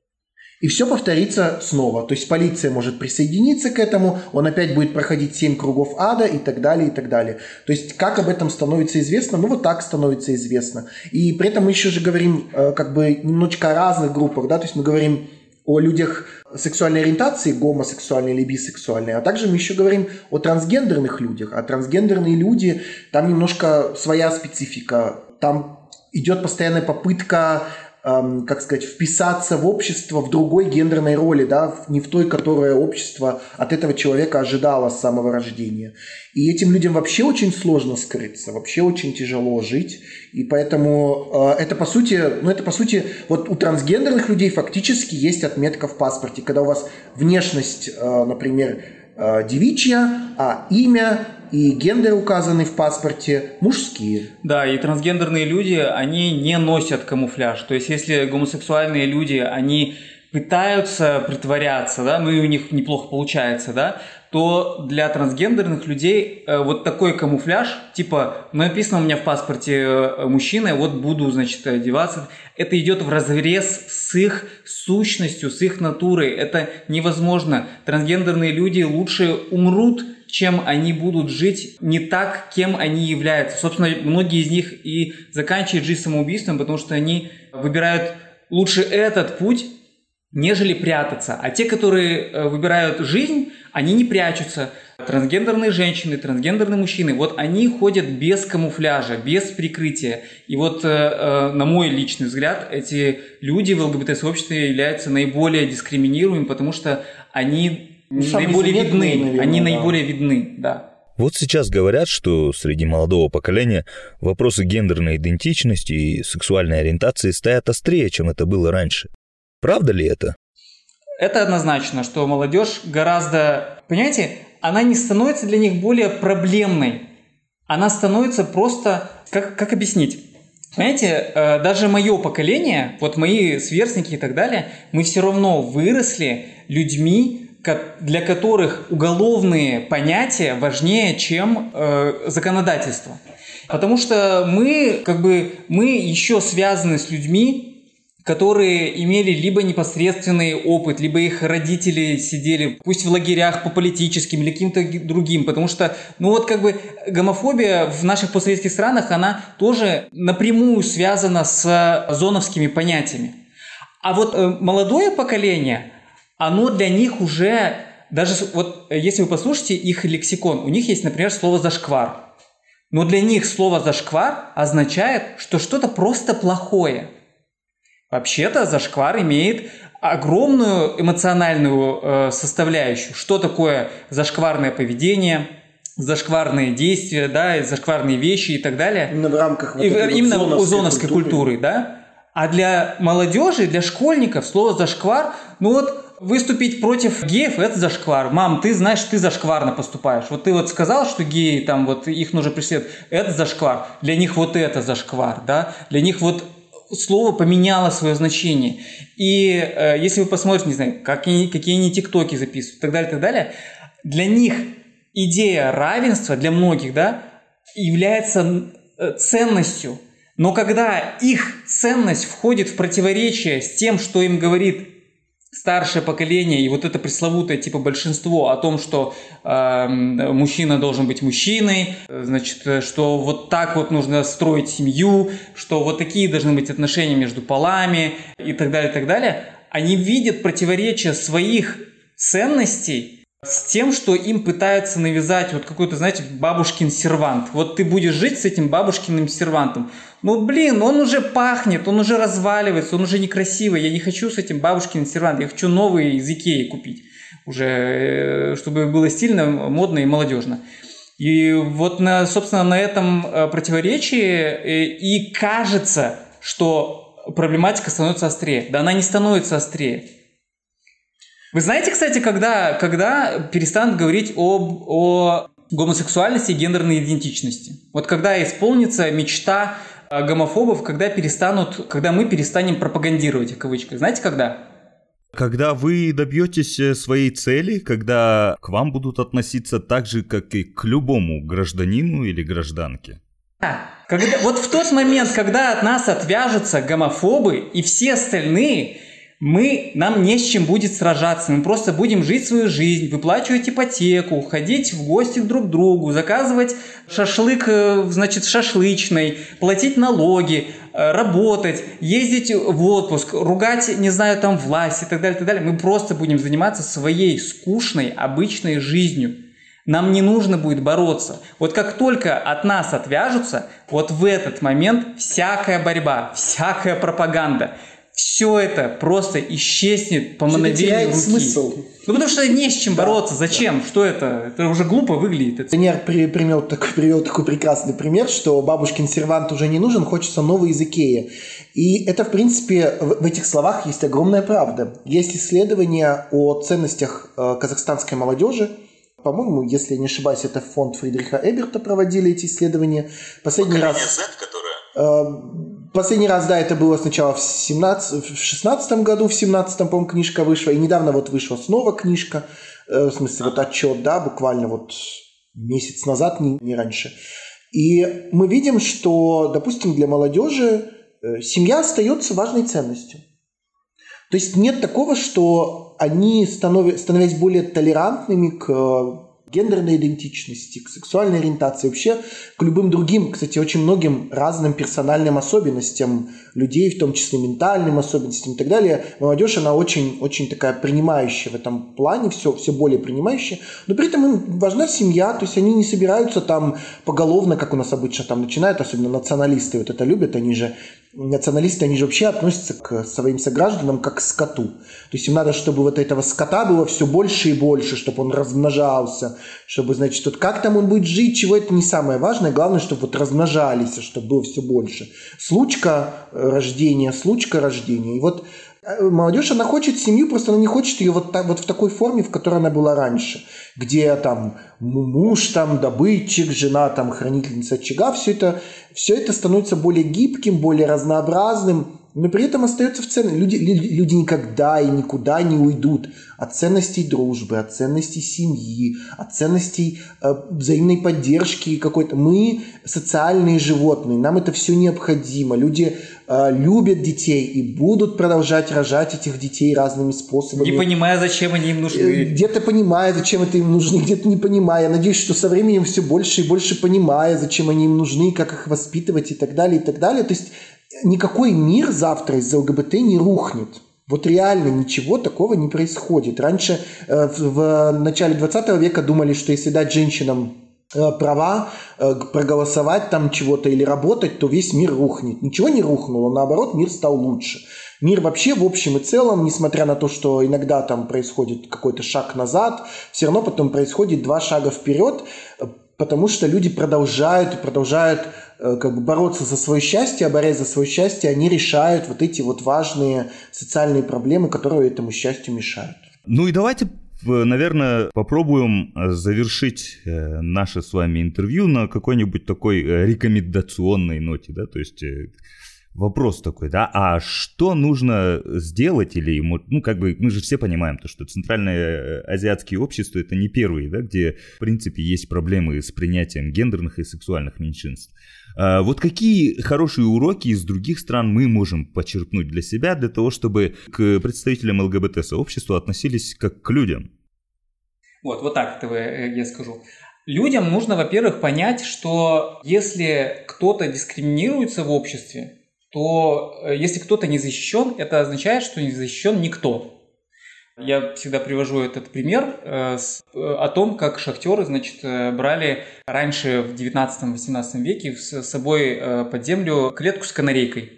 И все повторится снова. То есть полиция может присоединиться к этому, он опять будет проходить семь кругов ада и так далее, и так далее. То есть как об этом становится известно? Ну вот так становится известно. И при этом мы еще же говорим как бы немножечко о разных группах, да, то есть мы говорим о людях сексуальной ориентации, гомосексуальной или бисексуальной, а также мы еще говорим о трансгендерных людях. А трансгендерные люди, там немножко своя специфика, там идет постоянная попытка, эм, как сказать, вписаться в общество в другой гендерной роли, да, не в той, которое общество от этого человека ожидало с самого рождения. И этим людям вообще очень сложно скрыться, вообще очень тяжело жить, и поэтому э, это по сути, ну это по сути, вот у трансгендерных людей фактически есть отметка в паспорте, когда у вас внешность, э, например, э, девичья, а имя и гендер, указанный в паспорте, мужские. Да, и трансгендерные люди, они не носят камуфляж. То есть, если гомосексуальные люди, они пытаются притворяться, да, ну и у них неплохо получается, да, то для трансгендерных людей э, вот такой камуфляж, типа, написано у меня в паспорте э, мужчина, вот буду, значит, одеваться, это идет вразрез с их сущностью, с их натурой. Это невозможно. Трансгендерные люди лучше умрут, чем они будут жить не так, кем они являются. Собственно, многие из них и заканчивают жизнь самоубийством, потому что они выбирают лучше этот путь, нежели прятаться. А те, которые выбирают жизнь, они не прячутся. Трансгендерные женщины, трансгендерные мужчины, вот они ходят без камуфляжа, без прикрытия. И вот, э, на мой личный взгляд, эти люди в ЛГБТ-сообществе являются наиболее дискриминируемыми, потому что они Ну, наиболее видны, наверное, они да. наиболее видны, да. Вот сейчас говорят, что среди молодого поколения вопросы гендерной идентичности и сексуальной ориентации стоят острее, чем это было раньше. Правда ли это? Это однозначно, что молодежь гораздо, понимаете, она не становится для них более проблемной. Она становится просто, как, как объяснить? Понимаете, даже мое поколение, вот мои сверстники и так далее, мы все равно выросли людьми, для которых уголовные понятия важнее, чем э, законодательство. Потому что мы, как бы, мы еще связаны с людьми, которые имели либо непосредственный опыт, либо их родители сидели, пусть в лагерях по политическим или каким-то другим, потому что, ну вот как бы гомофобия в наших постсоветских странах, она тоже напрямую связана с зоновскими понятиями. А вот э, молодое поколение, оно для них уже, даже вот если вы послушаете их лексикон, у них есть, например, слово «зашквар». Но для них слово «зашквар» означает, что что-то просто плохое. Вообще-то зашквар имеет огромную эмоциональную э, составляющую. Что такое зашкварное поведение, зашкварные действия, да, зашкварные вещи и так далее. Именно в рамках вот и, этой именно вот у зоновской культуры. культуры, да. А для молодежи, для школьников слово «зашквар», ну вот выступить против геев – это зашквар. Мам, ты знаешь, ты зашкварно поступаешь. Вот ты вот сказал, что геи, там вот их нужно преследовать. Это зашквар. Для них вот это зашквар, да. Для них вот слово поменяло свое значение. И э, если вы посмотрите, не знаю, какие, какие они тиктоки записывают и так далее, и так далее, для них идея равенства, для многих, да, является ценностью. Но когда их ценность входит в противоречие с тем, что им говорит старшее поколение, и вот это пресловутое типа большинство о том, что э, мужчина должен быть мужчиной, значит, что вот так вот нужно строить семью, что вот такие должны быть отношения между полами и так далее, и так далее, они видят противоречие своих ценностей с тем, что им пытаются навязать вот какой-то, знаете, бабушкин сервант. Вот ты будешь жить с этим бабушкиным сервантом. Ну, блин, он уже пахнет, он уже разваливается, он уже некрасивый. Я не хочу с этим бабушкиным сервантом. Я хочу новые из Икеи купить. Уже, чтобы было стильно, модно и молодежно. И вот, на, собственно, на этом противоречии и кажется, что проблематика становится острее. Да она не становится острее. Вы знаете, кстати, когда, когда перестанут говорить об, о гомосексуальности и гендерной идентичности? Вот когда исполнится мечта гомофобов, когда перестанут, когда мы перестанем пропагандировать, в кавычках. Знаете, когда? Когда вы добьетесь своей цели, когда к вам будут относиться так же, как и к любому гражданину или гражданке. Да. Когда, вот в тот момент, когда от нас отвяжутся гомофобы и все остальные, мы, нам не с чем будет сражаться, мы просто будем жить свою жизнь, выплачивать ипотеку, ходить в гости друг к другу, заказывать шашлык, значит, в шашлычной, платить налоги, работать, ездить в отпуск, ругать, не знаю, там власть и так далее, и так далее. Мы просто будем заниматься своей скучной, обычной жизнью. Нам не нужно будет бороться. Вот как только от нас отвяжутся, вот в этот момент всякая борьба, всякая пропаганда, все это просто исчезнет по мановению руки. Смысл. Ну, потому что не с чем да, бороться. Зачем? Да. Что это? Это уже глупо выглядит. Пример, при, привел, такой, привел такой прекрасный пример, что бабушкин сервант уже не нужен, хочется новый из Икеи. И это, в принципе, в, в этих словах есть огромная правда. Есть исследования о ценностях э, казахстанской молодежи. По-моему, если я не ошибаюсь, это фонд Фридриха Эберта проводили эти исследования. Последний раз... Z, которая... Последний раз, да, это было сначала в шестнадцатом году, в семнадцатом, по-моему, книжка вышла, и недавно вот вышла снова книжка, в смысле, вот отчет, да, буквально вот месяц назад, не, не раньше. И мы видим, что, допустим, для молодежи семья остается важной ценностью. То есть нет такого, что они, становясь более толерантными к гендерной идентичности, к сексуальной ориентации, вообще к любым другим, кстати, очень многим разным персональным особенностям людей, в том числе ментальным особенностям и так далее. Молодежь, она очень, очень такая принимающая в этом плане, все, все более принимающая, но при этом им важна семья, то есть они не собираются там поголовно, как у нас обычно там начинают, особенно националисты вот это любят, они же националисты, они же вообще относятся к своим согражданам как к скоту. То есть им надо, чтобы вот этого скота было все больше и больше, чтобы он размножался, чтобы, значит, вот как там он будет жить, чего это не самое важное, главное, чтобы вот размножались, чтобы было все больше. Случка рождения, случка рождения. И вот молодежь, она хочет семью, просто она не хочет ее вот, так, вот в такой форме, в которой она была раньше, где там муж, там добытчик, жена, там хранительница очага, все это, все это становится более гибким, более разнообразным, но при этом остается в ценности. Люди, люди никогда и никуда не уйдут от ценностей дружбы, от ценностей семьи, от ценностей э, взаимной поддержки какой-то. Мы социальные животные, нам это все необходимо. Люди э, любят детей и будут продолжать рожать этих детей разными способами. Не понимая, зачем они им нужны. Где-то понимая, зачем это им нужны, где-то не понимая. Я надеюсь, что со временем все больше и больше понимая, зачем они им нужны, как их воспитывать и так далее, и так далее. То есть никакой мир завтра из-за ЛГБТ не рухнет. Вот реально ничего такого не происходит. Раньше, э, в, в начале двадцатого века думали, что если дать женщинам права, проголосовать там чего-то или работать, то весь мир рухнет. Ничего не рухнуло, наоборот, мир стал лучше. Мир вообще в общем и целом, несмотря на то, что иногда там происходит какой-то шаг назад, все равно потом происходит два шага вперед, потому что люди продолжают и продолжают как бы бороться за свое счастье, а борясь за свое счастье, они решают вот эти вот важные социальные проблемы, которые этому счастью мешают. Ну и давайте, наверное, попробуем завершить наше с вами интервью на какой-нибудь такой рекомендационной ноте, да, то есть вопрос такой, да, а что нужно сделать или, ну, как бы, мы же все понимаем, то, что центральные азиатские общества это не первые, да, где, в принципе, есть проблемы с принятием гендерных и сексуальных меньшинств. А вот какие хорошие уроки из других стран мы можем почерпнуть для себя, для того, чтобы к представителям ЛГБТ-сообщества относились как к людям? Вот, вот так это я скажу. Людям нужно, во-первых, понять, что если кто-то дискриминируется в обществе, то если кто-то не защищен, это означает, что не защищен никто. Я всегда привожу этот пример э, с, э, о том, как шахтеры, значит, э, брали раньше в девятнадцатом-восемнадцатом веке с собой э, под землю клетку с канарейкой.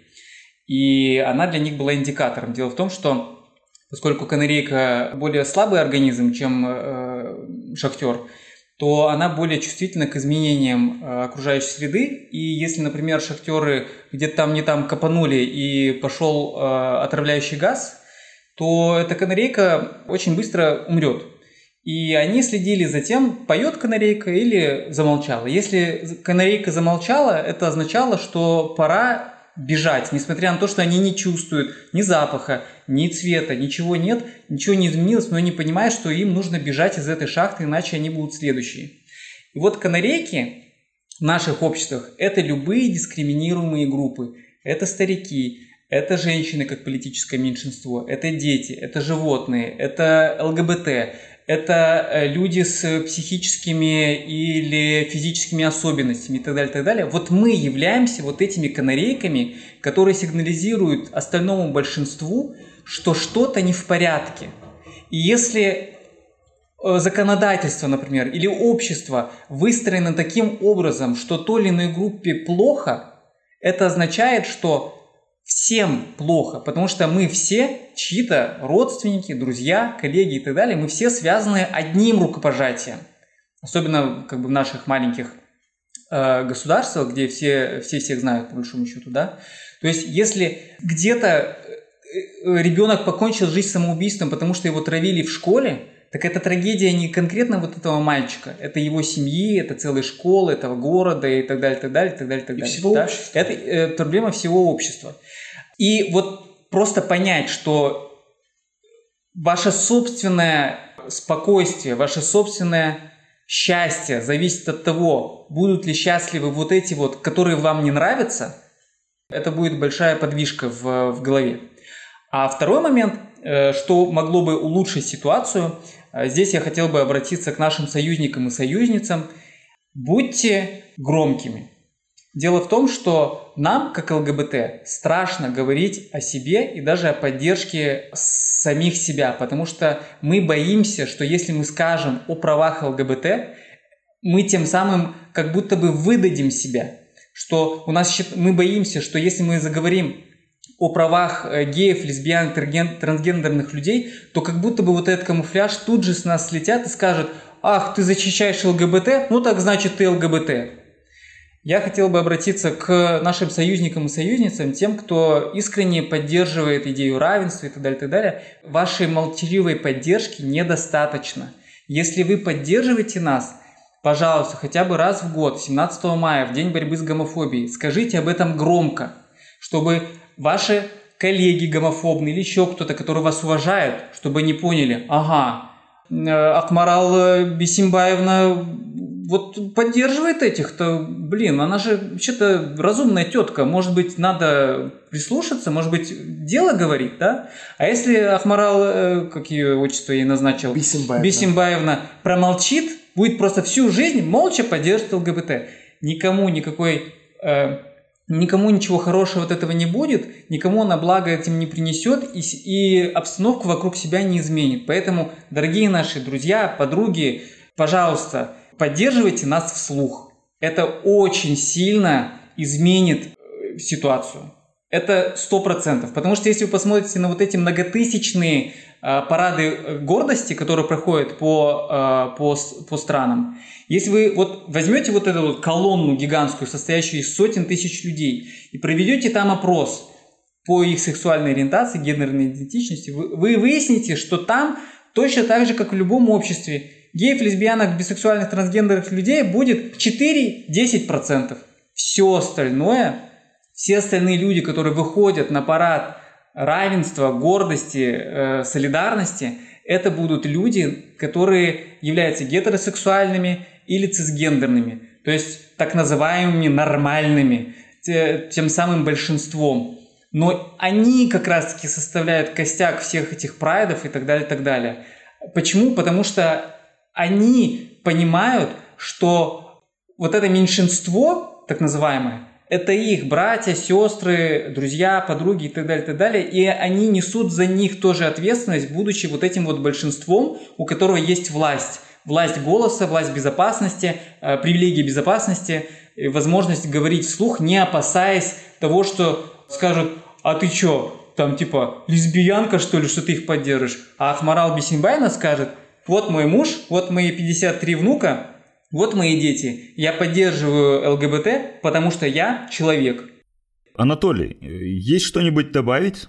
И она для них была индикатором. Дело в том, что поскольку канарейка более слабый организм, чем э, шахтер, то она более чувствительна к изменениям э, окружающей среды. И если, например, шахтеры где-то там не там копанули и пошел э, отравляющий газ, то эта канарейка очень быстро умрет. И они следили за тем, поет канарейка или замолчала. Если канарейка замолчала, это означало, что пора бежать, несмотря на то, что они не чувствуют ни запаха, ни цвета, ничего нет, ничего не изменилось, но они понимают, что им нужно бежать из этой шахты, иначе они будут следующие. И вот канарейки в наших обществах – это любые дискриминируемые группы. Это старики, это женщины как политическое меньшинство, это дети, это животные, это ЛГБТ, это люди с психическими или физическими особенностями и так далее, и так далее. Вот мы являемся вот этими канарейками, которые сигнализируют остальному большинству, что что-то не в порядке. И если законодательство, например, или общество выстроено таким образом, что той или иной группе плохо, это означает, что всем плохо, потому что мы все чьи-то родственники, друзья, коллеги и так далее, мы все связаны одним рукопожатием. Особенно как бы в наших маленьких э, государствах, где все, все всех знают, по большому счету, да. То есть, если где-то ребенок покончил жизнь самоубийством, потому что его травили в школе, так это трагедия не конкретно вот этого мальчика, это его семьи, это целой школы, этого города и так далее, так далее, так далее, так далее. И всего да? общества. Это э, проблема всего общества. И вот просто понять, что ваше собственное спокойствие, ваше собственное счастье зависит от того, будут ли счастливы вот эти вот, которые вам не нравятся, это будет большая подвижка в, в голове. А второй момент, э, что могло бы улучшить ситуацию, здесь я хотел бы обратиться к нашим союзникам и союзницам. Будьте громкими. Дело в том, что нам, как ЛГБТ, страшно говорить о себе и даже о поддержке самих себя, потому что мы боимся, что если мы скажем о правах ЛГБТ, мы тем самым как будто бы выдадим себя. Что у нас, мы боимся, что если мы заговорим о правах геев, лесбиян, трансгендерных людей, то как будто бы вот этот камуфляж тут же с нас слетят и скажут: ах, ты защищаешь ЛГБТ, ну так значит ты ЛГБТ. Я хотел бы обратиться к нашим союзникам и союзницам, тем, кто искренне поддерживает идею равенства и так далее, и так далее. Вашей молчаливой поддержки недостаточно. Если вы поддерживаете нас, пожалуйста, хотя бы раз в год, семнадцатого мая, в день борьбы с гомофобией, скажите об этом громко, чтобы ваши коллеги гомофобные или еще кто-то, который вас уважает, чтобы они поняли: ага, Акмарал Бисимбаевна вот поддерживает этих-то, блин, она же вообще-то разумная тетка, может быть, надо прислушаться, может быть, дело говорит, да? А если Акмарал, как ее отчество ей назначил, Бисимбаевна, Бисимбаевна промолчит, будет просто всю жизнь молча поддерживать ЛГБТ. Никому никакой... Э, Никому ничего хорошего от этого не будет, никому она благо этим не принесет и, и обстановку вокруг себя не изменит. Поэтому, дорогие наши друзья, подруги, пожалуйста, поддерживайте нас вслух. Это очень сильно изменит ситуацию. Это сто процентов. Потому что если вы посмотрите на вот эти многотысячные э, парады гордости, которые проходят по, э, по, по странам, если вы вот возьмете вот эту вот колонну гигантскую, состоящую из сотен тысяч людей, и проведете там опрос по их сексуальной ориентации, гендерной идентичности, вы, вы выясните, что там точно так же, как в любом обществе, геев, лесбиянок, бисексуальных, трансгендерных людей будет четыре-десять процентов. Все остальное... Все остальные люди, которые выходят на парад равенства, гордости, э, солидарности, это будут люди, которые являются гетеросексуальными или цисгендерными, то есть так называемыми нормальными, те, тем самым большинством. Но они как раз-таки составляют костяк всех этих прайдов и так далее, и так далее. Почему? Потому что они понимают, что вот это меньшинство, так называемое, это их братья, сестры, друзья, подруги и так далее, и так далее. И они несут за них тоже ответственность, будучи вот этим вот большинством, у которого есть власть. Власть голоса, власть безопасности, э, привилегии безопасности, э, возможность говорить вслух, не опасаясь того, что скажут: а ты чё, там типа лесбиянка, что ли, что ты их поддержишь? А Ахмарал Бисимбаевна скажет: вот мой муж, вот мои пятьдесят три внука, вот мои дети, я поддерживаю ЛГБТ, потому что я человек. Анатолий, есть что-нибудь добавить?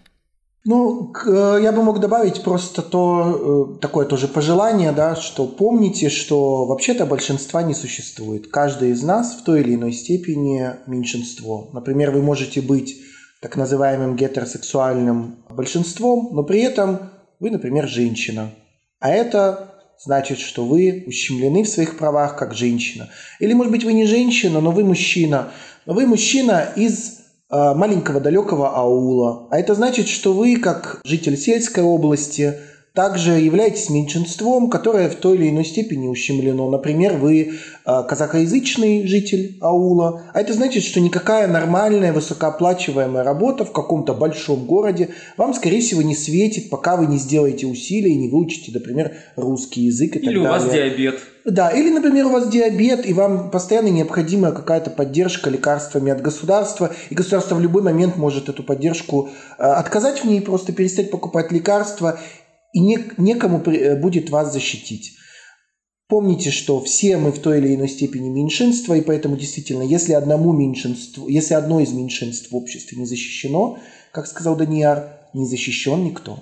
Ну, я бы мог добавить просто то, такое тоже пожелание, да, что помните, что вообще-то большинства не существует. Каждый из нас в той или иной степени меньшинство. Например, вы можете быть так называемым гетеросексуальным большинством, но при этом вы, например, женщина. А это... значит, что вы ущемлены в своих правах как женщина. Или, может быть, вы не женщина, но вы мужчина. Но вы мужчина из э, маленького далекого аула. А это значит, что вы, как житель сельской области, также являетесь меньшинством, которое в той или иной степени ущемлено. Например, вы э, казахоязычный житель аула. А это значит, что никакая нормальная высокооплачиваемая работа в каком-то большом городе вам, скорее всего, не светит, пока вы не сделаете усилия и не выучите, например, русский язык и так далее. Или у вас диабет. Да, или, например, у вас диабет, и вам постоянно необходима какая-то поддержка лекарствами от государства, и государство в любой момент может эту поддержку э, отказать в ней, просто перестать покупать лекарства, и не, некому будет вас защитить. Помните, что все мы в той или иной степени меньшинство, и поэтому действительно, если одному меньшинству, если одно из меньшинств в обществе не защищено, как сказал Данияр, не защищен никто.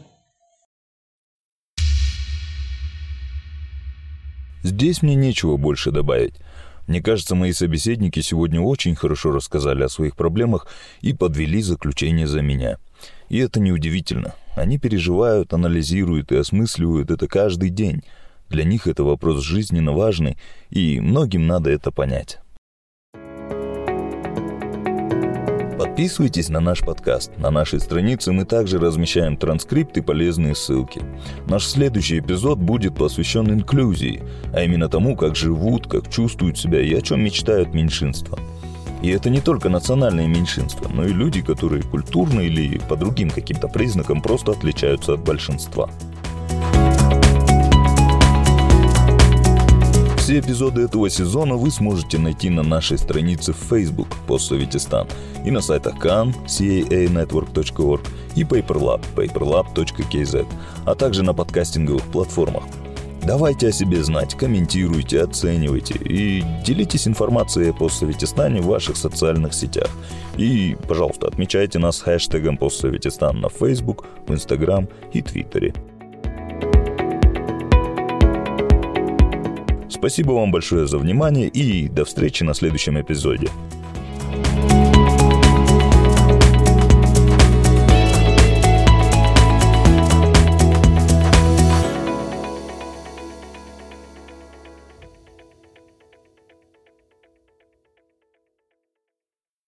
Здесь мне нечего больше добавить. Мне кажется, мои собеседники сегодня очень хорошо рассказали о своих проблемах и подвели заключение за меня. И это неудивительно. Они переживают, анализируют и осмысливают это каждый день. Для них это вопрос жизненно важный, и многим надо это понять. Подписывайтесь на наш подкаст. На нашей странице мы также размещаем транскрипты и полезные ссылки. Наш следующий эпизод будет посвящен инклюзии, а именно тому, как живут, как чувствуют себя и о чем мечтают меньшинства. И это не только национальные меньшинства, но и люди, которые культурно или по другим каким-то признакам просто отличаются от большинства. Все эпизоды этого сезона вы сможете найти на нашей странице в Facebook «Постсоветистан» и на сайтах кан си эй эй нетворк точка орг и PaperLab paperlab точка кей зет, а также на подкастинговых платформах. Давайте о себе знать, комментируйте, оценивайте и делитесь информацией о Постсоветистане в ваших социальных сетях. И, пожалуйста, отмечайте нас хэштегом Постсоветистан на Facebook, в Instagram и Твиттере. Спасибо вам большое за внимание и до встречи на следующем эпизоде.